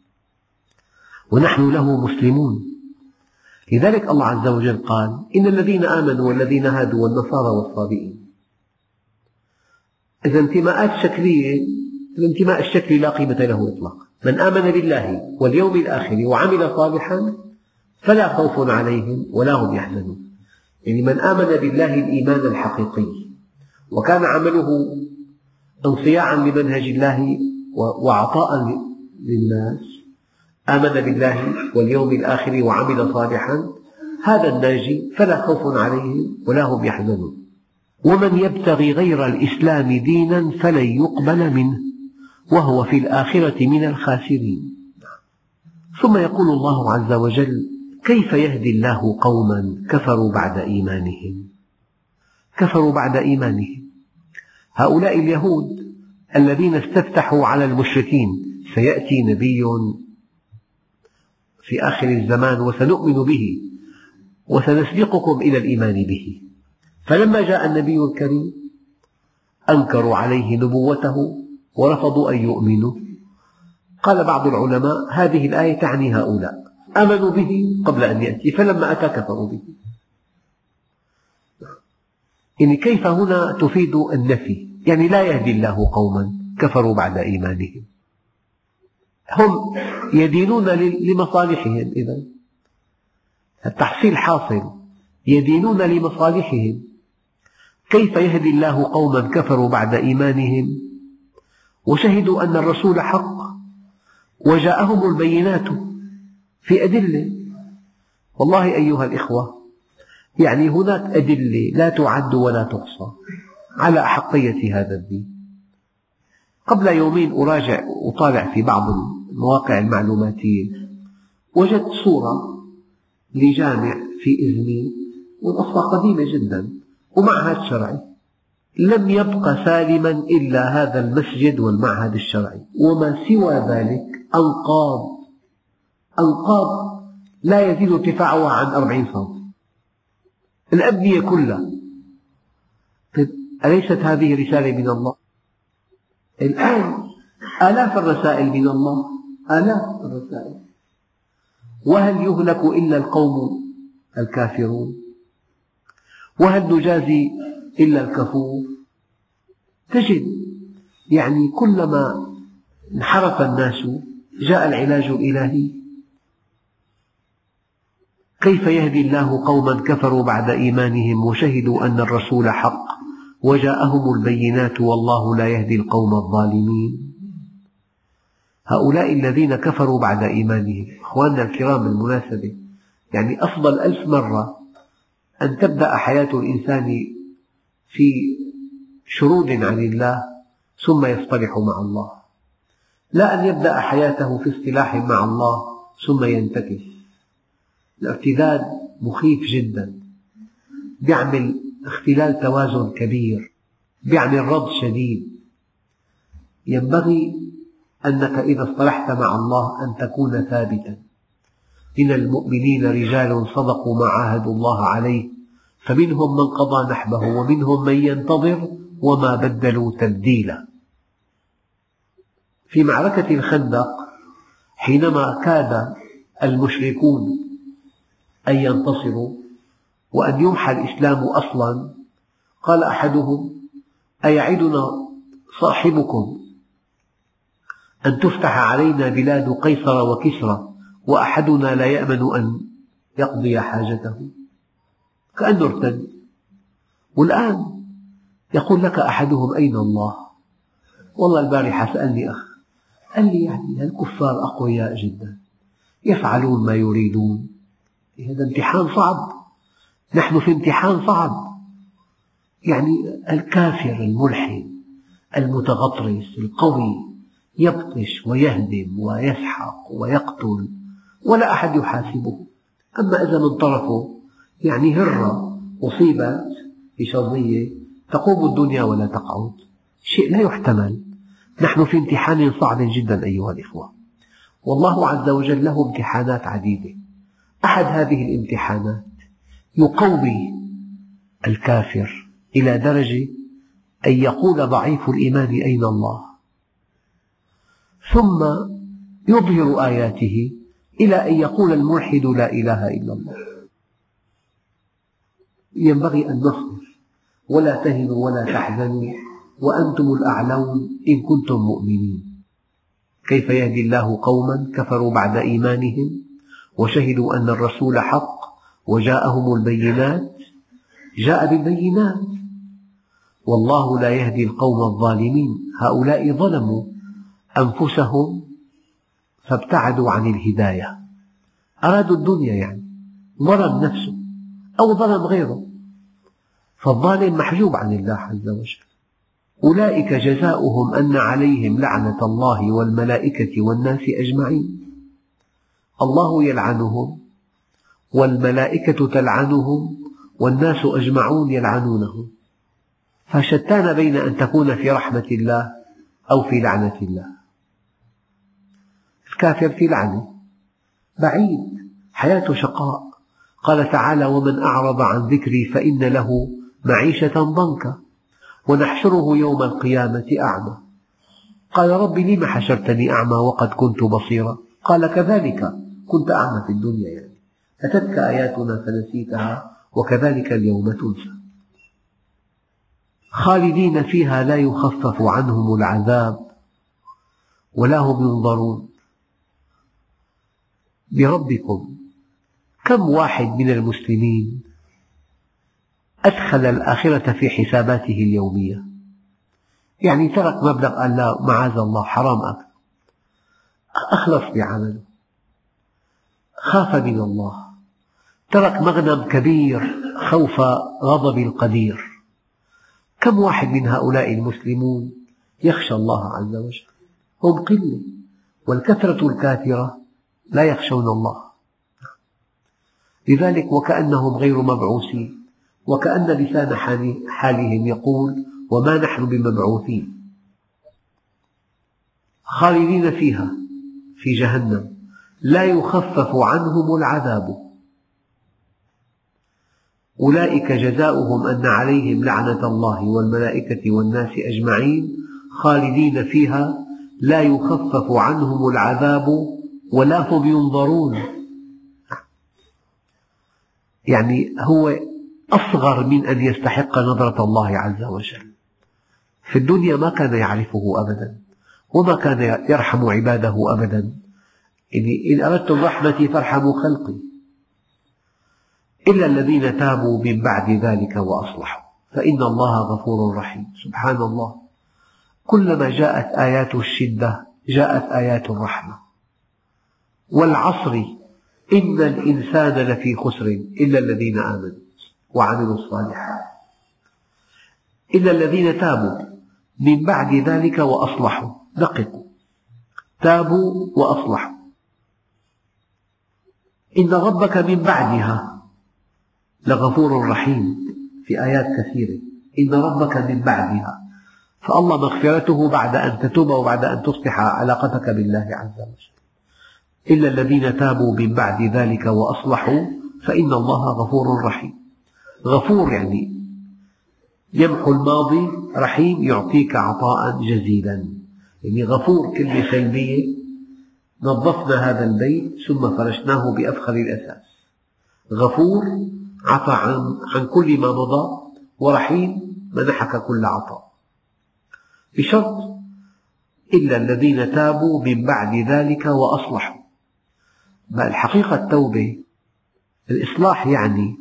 A: ونحن له مسلمون. لذلك الله عز وجل قال: إن الذين آمنوا والذين هادوا والنصارى والصابئين. إذا انتماءات شكلية، الانتماء الشكلي لا قيمة له إطلاقا. من آمن بالله واليوم الآخر وعمل صالحا فلا خوف عليهم ولا هم يحزنون. يعني من آمن بالله الإيمان الحقيقي وكان عمله انصياعا لمنهج الله وعطاء للناس، آمن بالله واليوم الآخر وعمل صالحا، هذا الناجي فلا خوف عليهم ولا هم يحزنون. ومن يبتغي غير الإسلام دينا فلن يقبل منه وهو في الآخرة من الخاسرين. ثم يقول الله عز وجل: كيف يهدي الله قوما كفروا بعد إيمانهم. كفروا بعد إيمانهم، هؤلاء اليهود الذين استفتحوا على المشركين: سيأتي نبي في آخر الزمان وسنؤمن به وسنسبقكم إلى الإيمان به. فلما جاء النبي الكريم أنكروا عليه نبوته ورفضوا أن يؤمنوا. قال بعض العلماء: هذه الآية تعني هؤلاء آمنوا به قبل أن يأتي، فلما أتى كفروا به. يعني كيف هنا تفيد النفي، يعني لا يهدي الله قوما كفروا بعد إيمانهم. هم يدينون لمصالحهم. إذن التحصيل حاصل، يدينون لمصالحهم. كيف يهدي الله قوما كفروا بعد إيمانهم وشهدوا أن الرسول حق وجاءهم البينات في أدلة. والله أيها الإخوة، يعني هناك أدلة لا تعد ولا تحصى على أحقية هذا الدين. قبل يومين أراجع وطالع في بعض المواقع المعلوماتية، وجدت صورة لجامع في إزمير، والأصلها قديمة جدا، ومعهد شرعي. لم يبق سالما إلا هذا المسجد والمعهد الشرعي، وما سوى ذلك أنقاض لا يزيد ارتفاعها عن 40 سم، الأبنية كلها. طيب أليست هذه رسالة من الله؟ الآن آلاف الرسائل من الله، آلاف الرسائل، وهل يهلك إلا القوم الكافرون؟ وهل نجازي إلا الكفور؟ تجد يعني كلما انحرف الناس جاء العلاج الإلهي. كيف يهدي الله قوما كفروا بعد إيمانهم وشهدوا أن الرسول حق وجاءهم البينات والله لا يهدي القوم الظالمين. هؤلاء الذين كفروا بعد إيمانهم، أخواننا الكرام بالمناسبة، يعني أفضل 1000 مرة أن تبدأ حياة الإنسان في شرود عن الله ثم يصطلح مع الله، لا أن يبدأ حياته في اصطلاح مع الله ثم ينتكس. الارتداد مخيف جدا، يعمل اختلال توازن كبير، يعمل رد شديد. ينبغي أنك إذا اصطلحت مع الله أن تكون ثابتا. من المؤمنين رجال صدقوا ما عاهدوا الله عليه فمنهم من قضى نحبه ومنهم من ينتظر وما بدلوا تبديلا. في معركة الخندق حينما كاد المشركون أن ينتصروا وأن يمحى الإسلام أصلا، قال أحدهم: أيعدنا صاحبكم أن تفتح علينا بلاد قيصر وكسرى وأحدنا لا يأمن أن يقضي حاجته؟ كأنه ارتد. والآن يقول لك أحدهم: أين الله؟ والله البارحة سألني أخ قال لي يعني الكفار أقوياء جدا يفعلون ما يريدون. هذا امتحان صعب، نحن في امتحان صعب. يعني الكافر الملحد المتغطرس القوي يبطش ويهدم ويسحق ويقتل ولا أحد يحاسبه، أما إذا من طرفه يعني هرة أصيبت بشظية تقوم الدنيا ولا تقعد، شيء لا يحتمل. نحن في امتحان صعب جدا أيها الإخوة، والله عز وجل له امتحانات عديدة. أحد هذه الامتحانات يقوي الكافر إلى درجة أن يقول ضعيف الإيمان: أين الله؟ ثم يظهر آياته إلى أن يقول الملحد: لا إله إلا الله. ينبغي أن نصبر ولا تهنوا ولا تحزنوا وأنتم الأعلون إن كنتم مؤمنين. كيف يهدي الله قوما كفروا بعد إيمانهم وشهدوا أن الرسول حق وجاءهم البينات؟ جاء بالبينات، والله لا يهدي القوم الظالمين. هؤلاء ظلموا أنفسهم فابتعدوا عن الهداية، أرادوا الدنيا، يعني ظلم نفسه أو ظلم غيره، فالظالم محجوب عن الله عز وجل. أولئك جزاؤهم أن عليهم لعنة الله والملائكة والناس أجمعين. الله يلعنهم والملائكة تلعنهم والناس أجمعون يلعنونهم، فشتان بين أن تكون في رحمة الله أو في لعنة الله. الكافر في لعنة بعيد، حياته شقاء. قال تعالى: ومن أعرض عن ذكري فإن له معيشة ضنكا ونحشره يوم القيامة أعمى. قال: رب لم حشرتني أعمى وقد كنت بصيرا؟ قال: كذلك كنت أعمى في الدنيا، يعني أتتك آياتنا فنسيتها وكذلك اليوم تنسى. خالدين فيها لا يخفف عنهم العذاب ولا هم ينظرون. بربكم كم واحد من المسلمين أدخل الآخرة في حساباته اليومية، يعني ترك مبلغ قال لا معاذ الله حرام أكل، أخلص بعمله، خاف من الله، ترك مغنم كبير خوف غضب القدير. كم واحد من هؤلاء المسلمون يخشى الله عز وجل؟ هم قلة، والكثرة الكاثرة لا يخشون الله. لذلك وكأنهم غير مبعوثين، وكأن لسان حالهم يقول: وما نحن بمبعوثين خالدين فيها في جهنم لا يخفف عنهم العذاب أولئك جزاؤهم أن عليهم لعنة الله والملائكة والناس أجمعين خالدين فيها لا يخفف عنهم العذاب ولا هم ينظرون. يعني هو أصغر من أن يستحق نظرة الله عز وجل. في الدنيا ما كان يعرفه أبدا وما كان يرحم عباده أبدا. إن أردتم رحمتي فارحموا خلقي إلا الذين تابوا من بعد ذلك وأصلحوا فإن الله غفور رحيم. سبحان الله، كلما جاءت آيات الشدة جاءت آيات الرحمة. والعصر إن الإنسان لفي خسر إلا الذين آمنوا وعملوا الصالحات إلا الذين تابوا من بعد ذلك وأصلحوا. دققوا، تابوا وأصلحوا. إن ربك من بعدها لغفور رحيم في آيات كثيرة. إن ربك من بعدها، فالله مغفرته بعد أن تتوب وبعد أن تصلح علاقتك بالله عز وجل. إلا الذين تابوا من بعد ذلك وأصلحوا فإن الله غفور رحيم. غفور يعني يمحو الماضي، رحيم يعطيك عطاء جزيلا. يعني غفور كلمة سلبية، نظفنا هذا البيت ثم فرشناه بأفخر الأثاث. غفور عفى عن كل ما مضى، ورحيم منحك كل عطاء، بشرط إلا الذين تابوا من بعد ذلك وأصلحوا. الحقيقة التوبة الإصلاح يعني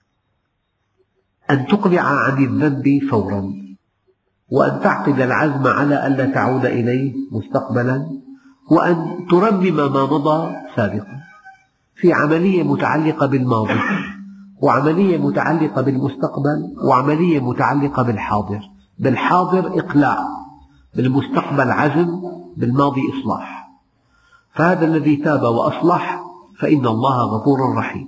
A: أن تقلع عن الذنب فورا، وأن تعقد العزم على ألا تعود إليه مستقبلا، وأن ترمم ما مضى سابقا. في عملية متعلقة بالماضي، وعملية متعلقة بالمستقبل، وعملية متعلقة بالحاضر. بالحاضر إقلاع، بالمستقبل عزم، بالماضي إصلاح. فهذا الذي تاب وأصلح فإن الله غفور رحيم.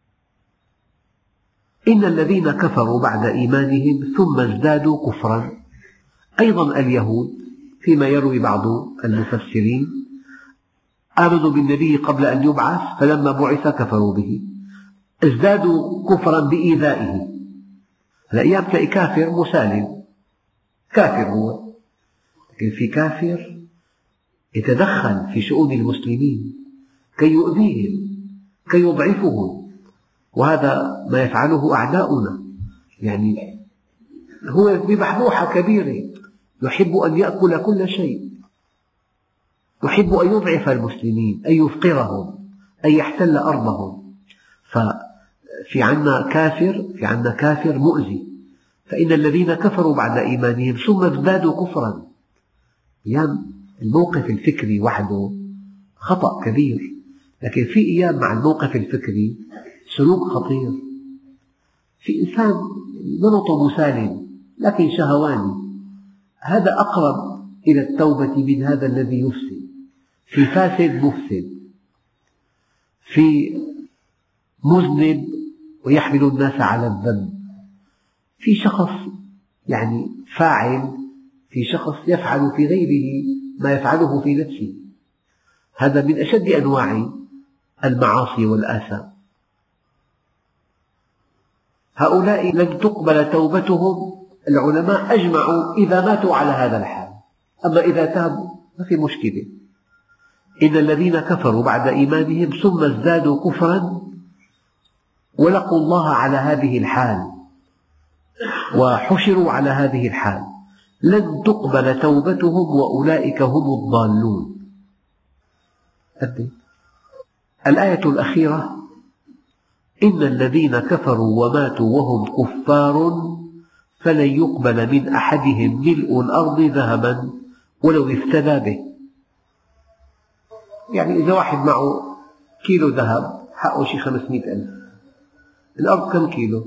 A: إن الذين كفروا بعد إيمانهم ثم ازدادوا كفرا، أيضا اليهود فيما يروي بعض المفسرين آمنوا بالنبي قبل أن يبعث، فلما بعث كفروا به، ازدادوا كفرا بإيذائه. الأيام تلاقي كافر مسالم، كافر هو، لكن في كافر يتدخل في شؤون المسلمين كي يؤذيهم، كي يضعفهم، وهذا ما يفعله أعداؤنا. يعني هو ببحبوحة كبيرة يحب أن يأكل كل شيء، يحب أن يضعف المسلمين، أن يفقرهم، أن يحتل أرضهم. ففي عندنا كافر مؤذي. فإن الذين كفروا بعد إيمانهم ثم ازدادوا كفرا، الموقف الفكري وحده خطأ كبير، لكن في أيام مع الموقف الفكري سلوك خطير. في إنسان نمطه مسالم لكن شهواني، هذا أقرب إلى التوبة من هذا الذي يفسد. في فاسد مفسد، في مذنب ويحمل الناس على الذنب، في شخص يعني فاعل، في شخص يفعل في غيره ما يفعله في نفسه. هذا من أشد أنواع المعاصي والآثام. هؤلاء لن تقبل توبتهم، العلماء أجمعوا إذا ماتوا على هذا الحال. أما إذا تابوا ما في مشكلة. إن الذين كفروا بعد إيمانهم ثم ازدادوا كفرا ولقوا الله على هذه الحال وحشروا على هذه الحال لن تقبل توبتهم وأولئك هم الضالون. الآية الأخيرة: إن الذين كفروا وماتوا وهم كفار فلن يقبل من أحدهم ملء الأرض ذهبا ولو افتدى به. يعني إذا واحد معه كيلو ذهب حقه شي 500,000، الأرض كم كيلو؟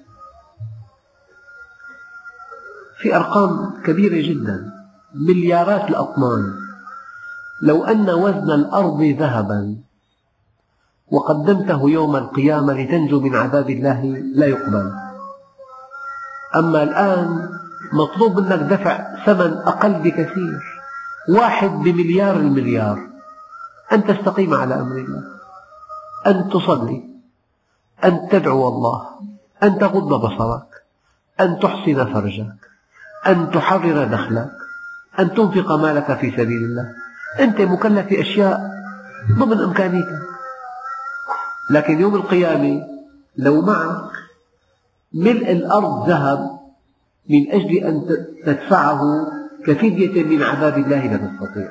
A: في أرقام كبيرة جدا، مليارات الأطنان. لو أن وزن الأرض ذهبا وقدمته يوم القيامة لتنجو من عذاب الله لا يقبل. أما الآن مطلوب منك دفع ثمن أقل بكثير، 1 بمليار المليار، أن تستقيم على أمر الله، أن تصلي، أن تدعو الله، أن تغض بصرك، أن تحسن فرجك، أن تحرر دخلك، أن تنفق مالك في سبيل الله. أنت مكلف بأشياء ضمن إمكانيتك، لكن يوم القيامة لو معك ملء الأرض ذهب من أجل أن تدفعه كفدية من عذاب الله لا تستطيع.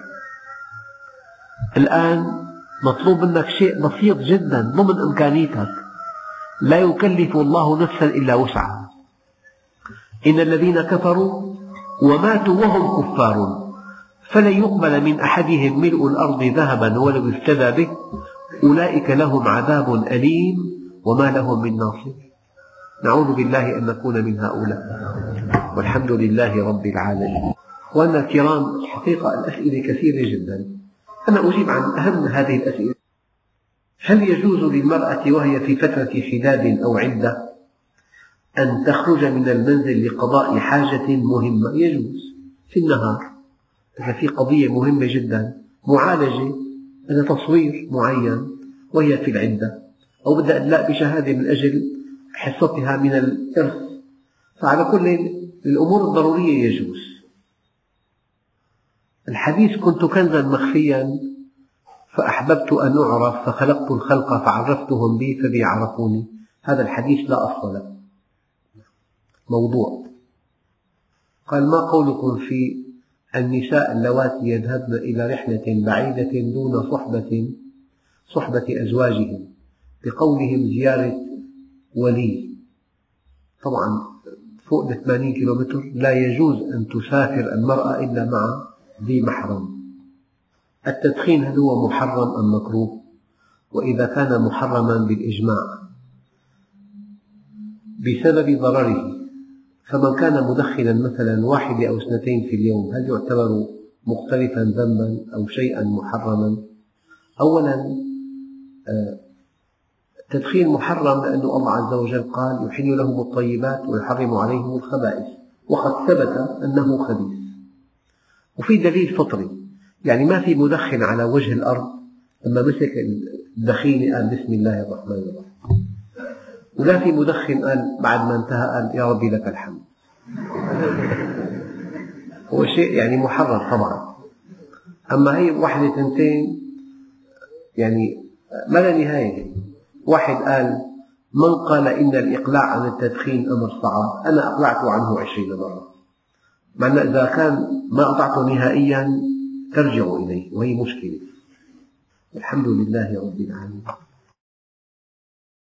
A: الآن مطلوب منك شيء بسيط جدا ضمن إمكانيتك، لا يكلف الله نفسا إلا وسعها. إن الذين كفروا وماتوا وهم كفار فلن يقبل من أحدهم ملء الأرض ذهبا ولو افتدى به أولئك لهم عذاب أليم وما لهم من ناصر. نعوذ بالله أن نكون من هؤلاء، والحمد لله رب العالمين. أخواننا الكرام، الحقيقة الأسئلة كثيرة جدا، أنا أجيب عن أهم هذه الأسئلة. هل يجوز للمرأة وهي في فترة حداد أو عدة أن تخرج من المنزل لقضاء حاجة مهمة؟ يجوز في النهار، إذا في قضية مهمة جدا، معالجة، هذا تصوير معين وهي في العدة، أو بدها إدلاء بشهادة من أجل حصتها من الإرث، فعلى كل الأمور الضرورية يجوز. الحديث كنت كنزا مخفيا فأحببت أن أعرف فخلقت الخلق فعرفتهم بي فبي عرفوني، هذا الحديث لا أصل له، موضوع. قال: ما قولكم في النساء اللواتي يذهبن إلى رحلة بعيدة دون صحبة أزواجهم بقولهم زيارة ولي؟ طبعا فوق 80 كيلومتر لا يجوز أن تسافر المرأة إلا مع ذي محرم. التدخين هل هو محرم أم مكروه؟ وإذا كان محرما بالإجماع بسبب ضرره، فمن كان مدخنا مثلا 1 أو 2 في اليوم هل يعتبر مقترفا ذنبا أو شيئا محرما؟ أولا، التدخين محرم لأن الله عز وجل قال: يحل لهم الطيبات ويحرم عليهم الخبائث، وقد ثبت أنه خبيث. وفي دليل فطري، يعني ما في مدخن على وجه الأرض لما مسك الدخينة قال بسم الله الرحمن الرحيم، ولا في مدخن قال بعد ما انتهى قال يا ربي لك الحمد. هو شيء يعني محرم طبعا. أما هي 1 2 يعني ما لا نهاية. واحد قال: من قال إن الإقلاع عن التدخين أمر صعب، أنا أقلعت عنه 20 مرة، مع أن إذا كان ما قطعته نهائيا ترجع إليه، وهي مشكلة. الحمد لله رب العالمين.